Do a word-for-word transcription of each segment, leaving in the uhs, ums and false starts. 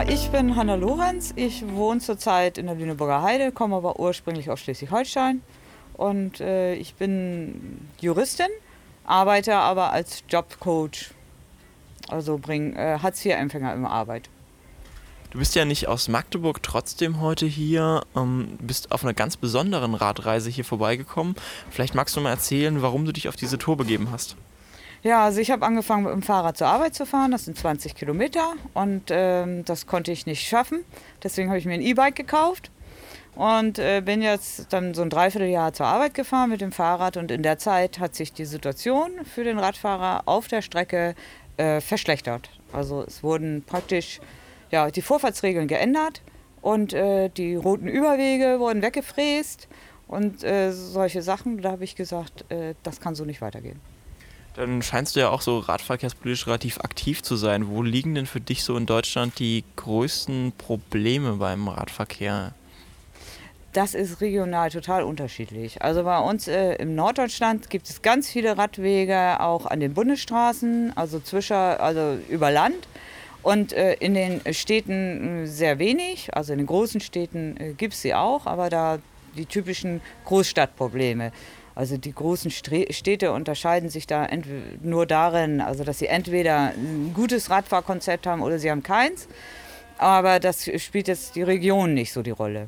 Ich bin Hanna Lorenz, ich wohne zurzeit in der Lüneburger Heide, komme aber ursprünglich aus Schleswig-Holstein und äh, ich bin Juristin, arbeite aber als Jobcoach, also bringe äh, Hartz vier Empfänger in Arbeit. Du bist ja nicht aus Magdeburg, trotzdem heute hier, ähm, bist auf einer ganz besonderen Radreise hier vorbeigekommen. Vielleicht magst du mal erzählen, warum du dich auf diese Tour begeben hast. Ja, also ich habe angefangen mit dem Fahrrad zur Arbeit zu fahren, das sind zwanzig Kilometer und ähm, das konnte ich nicht schaffen. Deswegen habe ich mir ein E-Bike gekauft und äh, bin jetzt dann so ein Dreivierteljahr zur Arbeit gefahren mit dem Fahrrad und in der Zeit hat sich die Situation für den Radfahrer auf der Strecke äh, verschlechtert. Also es wurden praktisch ja, die Vorfahrtsregeln geändert und äh, die roten Überwege wurden weggefräst und äh, solche Sachen. Da habe ich gesagt, äh, das kann so nicht weitergehen. Dann scheinst du ja auch so radverkehrspolitisch relativ aktiv zu sein. Wo liegen denn für dich so in Deutschland die größten Probleme beim Radverkehr? Das ist regional total unterschiedlich. Also bei uns äh, im Norddeutschland gibt es ganz viele Radwege, auch an den Bundesstraßen, also, zwischen, also über Land. Und äh, in den Städten sehr wenig, also in den großen Städten äh, gibt es sie auch, aber da die typischen Großstadtprobleme. Also die großen Städte unterscheiden sich da nur darin, also dass sie entweder ein gutes Radfahrkonzept haben oder sie haben keins. Aber das spielt jetzt die Region nicht so die Rolle.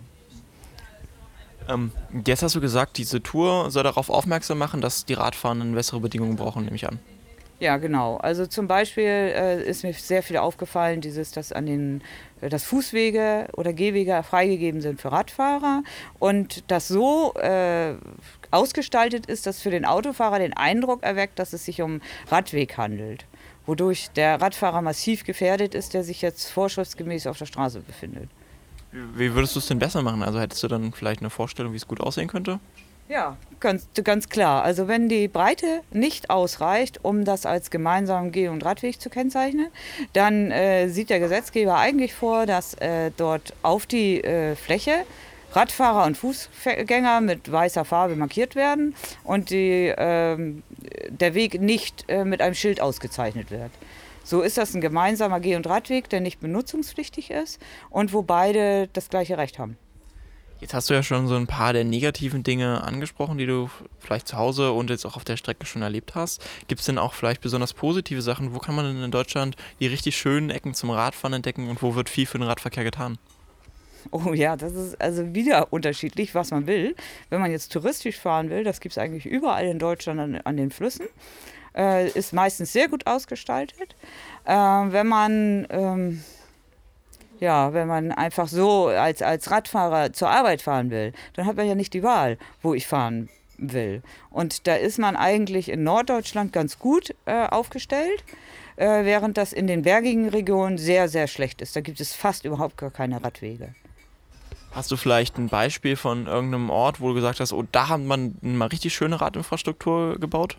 Ähm, jetzt hast du gesagt, diese Tour soll darauf aufmerksam machen, dass die Radfahrenden bessere Bedingungen brauchen, nehme ich an. Ja, genau. Also zum Beispiel äh, ist mir sehr viel aufgefallen, dieses, dass an den, dass Fußwege oder Gehwege freigegeben sind für Radfahrer und das so äh, ausgestaltet ist, dass für den Autofahrer den Eindruck erweckt, dass es sich um Radweg handelt, wodurch der Radfahrer massiv gefährdet ist, der sich jetzt vorschriftsgemäß auf der Straße befindet. Wie würdest du es denn besser machen? Also hättest du dann vielleicht eine Vorstellung, wie es gut aussehen könnte? Ja, ganz, ganz klar. Also wenn die Breite nicht ausreicht, um das als gemeinsamen Geh- und Radweg zu kennzeichnen, dann äh, sieht der Gesetzgeber eigentlich vor, dass äh, dort auf die äh, Fläche Radfahrer und Fußgänger mit weißer Farbe markiert werden und die, äh, der Weg nicht äh, mit einem Schild ausgezeichnet wird. So ist das ein gemeinsamer Geh- und Radweg, der nicht benutzungspflichtig ist und wo beide das gleiche Recht haben. Jetzt hast du ja schon so ein paar der negativen Dinge angesprochen, die du vielleicht zu Hause und jetzt auch auf der Strecke schon erlebt hast. Gibt es denn auch vielleicht besonders positive Sachen? Wo kann man denn in Deutschland die richtig schönen Ecken zum Radfahren entdecken und wo wird viel für den Radverkehr getan? Oh ja, das ist also wieder unterschiedlich, was man will. Wenn man jetzt touristisch fahren will, das gibt es eigentlich überall in Deutschland an, an den Flüssen, äh, ist meistens sehr gut ausgestaltet. Äh, wenn man... Ähm, Ja, wenn man einfach so als, als Radfahrer zur Arbeit fahren will, dann hat man ja nicht die Wahl, wo ich fahren will. Und da ist man eigentlich in Norddeutschland ganz gut äh, aufgestellt, äh, während das in den bergigen Regionen sehr, sehr schlecht ist. Da gibt es fast überhaupt gar keine Radwege. Hast du vielleicht ein Beispiel von irgendeinem Ort, wo du gesagt hast, oh, da hat man mal richtig schöne Radinfrastruktur gebaut?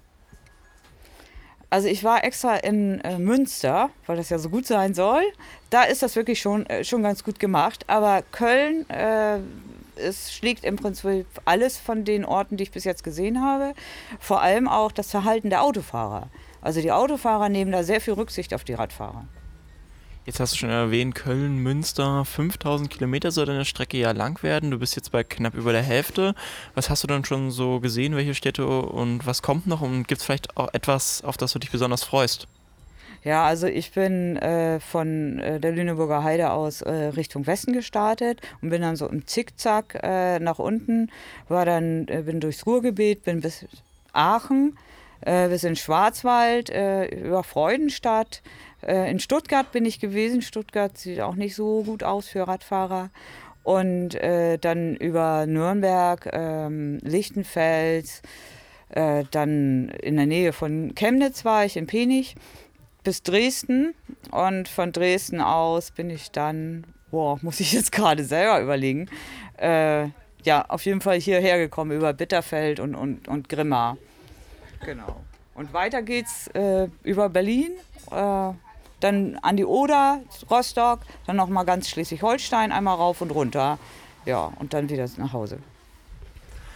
Also ich war extra in äh, Münster, weil das ja so gut sein soll. Da ist das wirklich schon, äh, schon ganz gut gemacht. Aber Köln, äh, es schlägt im Prinzip alles von den Orten, die ich bis jetzt gesehen habe. Vor allem auch das Verhalten der Autofahrer. Also die Autofahrer nehmen da sehr viel Rücksicht auf die Radfahrer. Jetzt hast du schon erwähnt, Köln, Münster, fünftausend Kilometer soll deine Strecke ja lang werden. Du bist jetzt bei knapp über der Hälfte. Was hast du dann schon so gesehen, welche Städte und was kommt noch? Und gibt es vielleicht auch etwas, auf das du dich besonders freust? Ja, also ich bin äh, von äh, der Lüneburger Heide aus äh, Richtung Westen gestartet und bin dann so im Zickzack äh, nach unten, war dann, äh, bin durchs Ruhrgebiet, bin bis Aachen, äh, bis in Schwarzwald, äh, über Freudenstadt. In Stuttgart bin ich gewesen. Stuttgart sieht auch nicht so gut aus für Radfahrer. Und äh, dann über Nürnberg, ähm, Lichtenfels, äh, dann in der Nähe von Chemnitz war ich, in Penich, bis Dresden. Und von Dresden aus bin ich dann, boah, muss ich jetzt gerade selber überlegen, äh, ja, auf jeden Fall hierher gekommen, über Bitterfeld und, und, und Grimma. Genau. Und weiter geht's äh, über Berlin, äh, dann an die Oder, Rostock, dann nochmal ganz Schleswig-Holstein, einmal rauf und runter. Ja, und dann wieder nach Hause.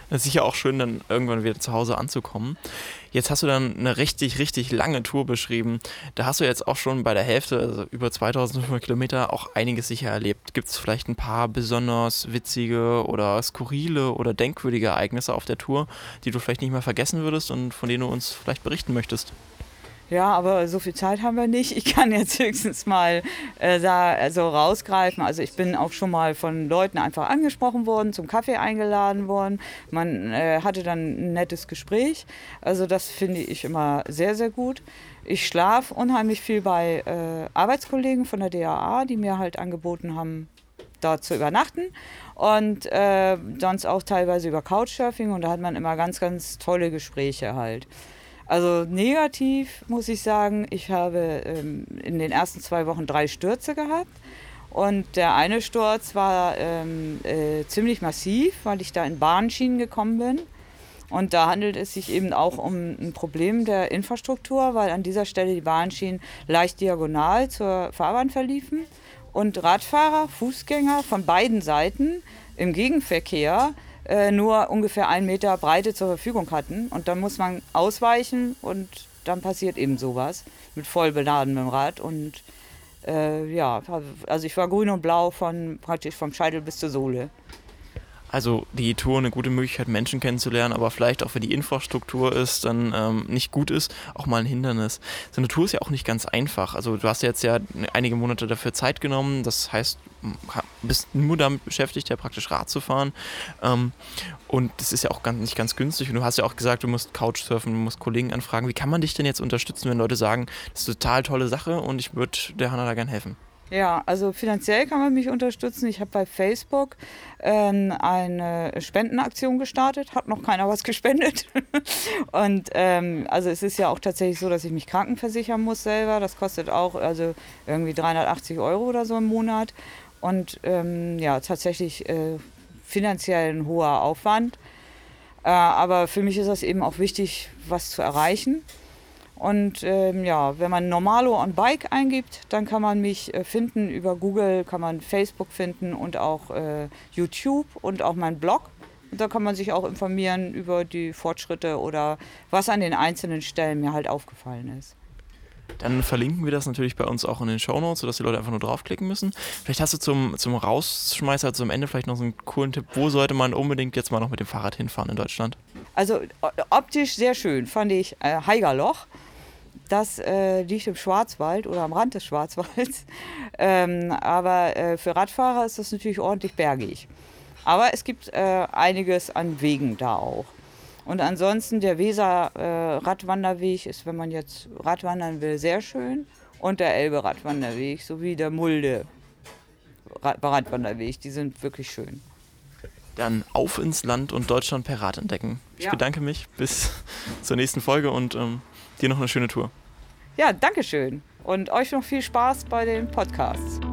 Das ist sicher auch schön, dann irgendwann wieder zu Hause anzukommen. Jetzt hast du dann eine richtig, richtig lange Tour beschrieben. Da hast du jetzt auch schon bei der Hälfte, also über zweitausendfünfhundert Kilometer, auch einiges sicher erlebt. Gibt es vielleicht ein paar besonders witzige oder skurrile oder denkwürdige Ereignisse auf der Tour, die du vielleicht nicht mehr vergessen würdest und von denen du uns vielleicht berichten möchtest? Ja, aber so viel Zeit haben wir nicht. Ich kann jetzt höchstens mal äh, da, also rausgreifen. Also ich bin auch schon mal von Leuten einfach angesprochen worden, zum Kaffee eingeladen worden. Man äh, hatte dann ein nettes Gespräch. Also das finde ich immer sehr, sehr gut. Ich schlafe unheimlich viel bei äh, Arbeitskollegen von der D A A, die mir halt angeboten haben, dort zu übernachten. Und äh, sonst auch teilweise über Couchsurfing. Und da hat man immer ganz, ganz tolle Gespräche halt. Also negativ muss ich sagen, ich habe ähm, in den ersten zwei Wochen drei Stürze gehabt und der eine Sturz war ähm, äh, ziemlich massiv, weil ich da in Bahnschienen gekommen bin und da handelt es sich eben auch um ein Problem der Infrastruktur, weil an dieser Stelle die Bahnschienen leicht diagonal zur Fahrbahn verliefen und Radfahrer, Fußgänger von beiden Seiten im Gegenverkehr nur ungefähr einen Meter Breite zur Verfügung hatten. Und dann muss man ausweichen und dann passiert eben sowas mit voll beladenem Rad. Und äh, ja, also ich war grün und blau von praktisch vom Scheitel bis zur Sohle. Also die Tour eine gute Möglichkeit, Menschen kennenzulernen, aber vielleicht auch, wenn die Infrastruktur ist, dann ähm, nicht gut ist, auch mal ein Hindernis. So eine Tour ist ja auch nicht ganz einfach. Also du hast jetzt ja einige Monate dafür Zeit genommen. Das heißt, du bist nur damit beschäftigt, ja praktisch Rad zu fahren. Ähm, und das ist ja auch ganz, nicht ganz günstig. Und du hast ja auch gesagt, du musst Couchsurfen, du musst Kollegen anfragen. Wie kann man dich denn jetzt unterstützen, wenn Leute sagen, das ist eine total tolle Sache und ich würde der Hanna da gern helfen? Ja, also finanziell kann man mich unterstützen. Ich habe bei Facebook ähm, eine Spendenaktion gestartet, hat noch keiner was gespendet. Und ähm, also es ist ja auch tatsächlich so, dass ich mich krankenversichern muss selber. Das kostet auch also irgendwie dreihundertachtzig Euro oder so im Monat. Und ähm, ja, tatsächlich äh, finanziell ein hoher Aufwand. Äh, aber für mich ist das eben auch wichtig, was zu erreichen. Und ähm, ja, wenn man Normalo on Bike eingibt, dann kann man mich äh, finden über Google, kann man Facebook finden und auch äh, YouTube und auch meinen Blog. Und da kann man sich auch informieren über die Fortschritte oder was an den einzelnen Stellen mir halt aufgefallen ist. Dann verlinken wir das natürlich bei uns auch in den Shownotes, sodass die Leute einfach nur draufklicken müssen. Vielleicht hast du zum, zum Rausschmeißer, zum Ende vielleicht noch so einen coolen Tipp. Wo sollte man unbedingt jetzt mal noch mit dem Fahrrad hinfahren in Deutschland? Also optisch sehr schön, fand ich äh, Haigerloch. Das äh, liegt im Schwarzwald oder am Rand des Schwarzwalds. Ähm, aber äh, für Radfahrer ist das natürlich ordentlich bergig. Aber es gibt äh, einiges an Wegen da auch. Und ansonsten der Weser-Radwanderweg äh, ist, wenn man jetzt Radwandern will, sehr schön. Und der Elbe-Radwanderweg sowie der Mulde-Radwanderweg, die sind wirklich schön. Dann auf ins Land und Deutschland per Rad entdecken. Ich ja. bedanke mich bis zur nächsten Folge und ähm, dir noch eine schöne Tour. Ja, danke schön. Und euch noch viel Spaß bei den Podcasts.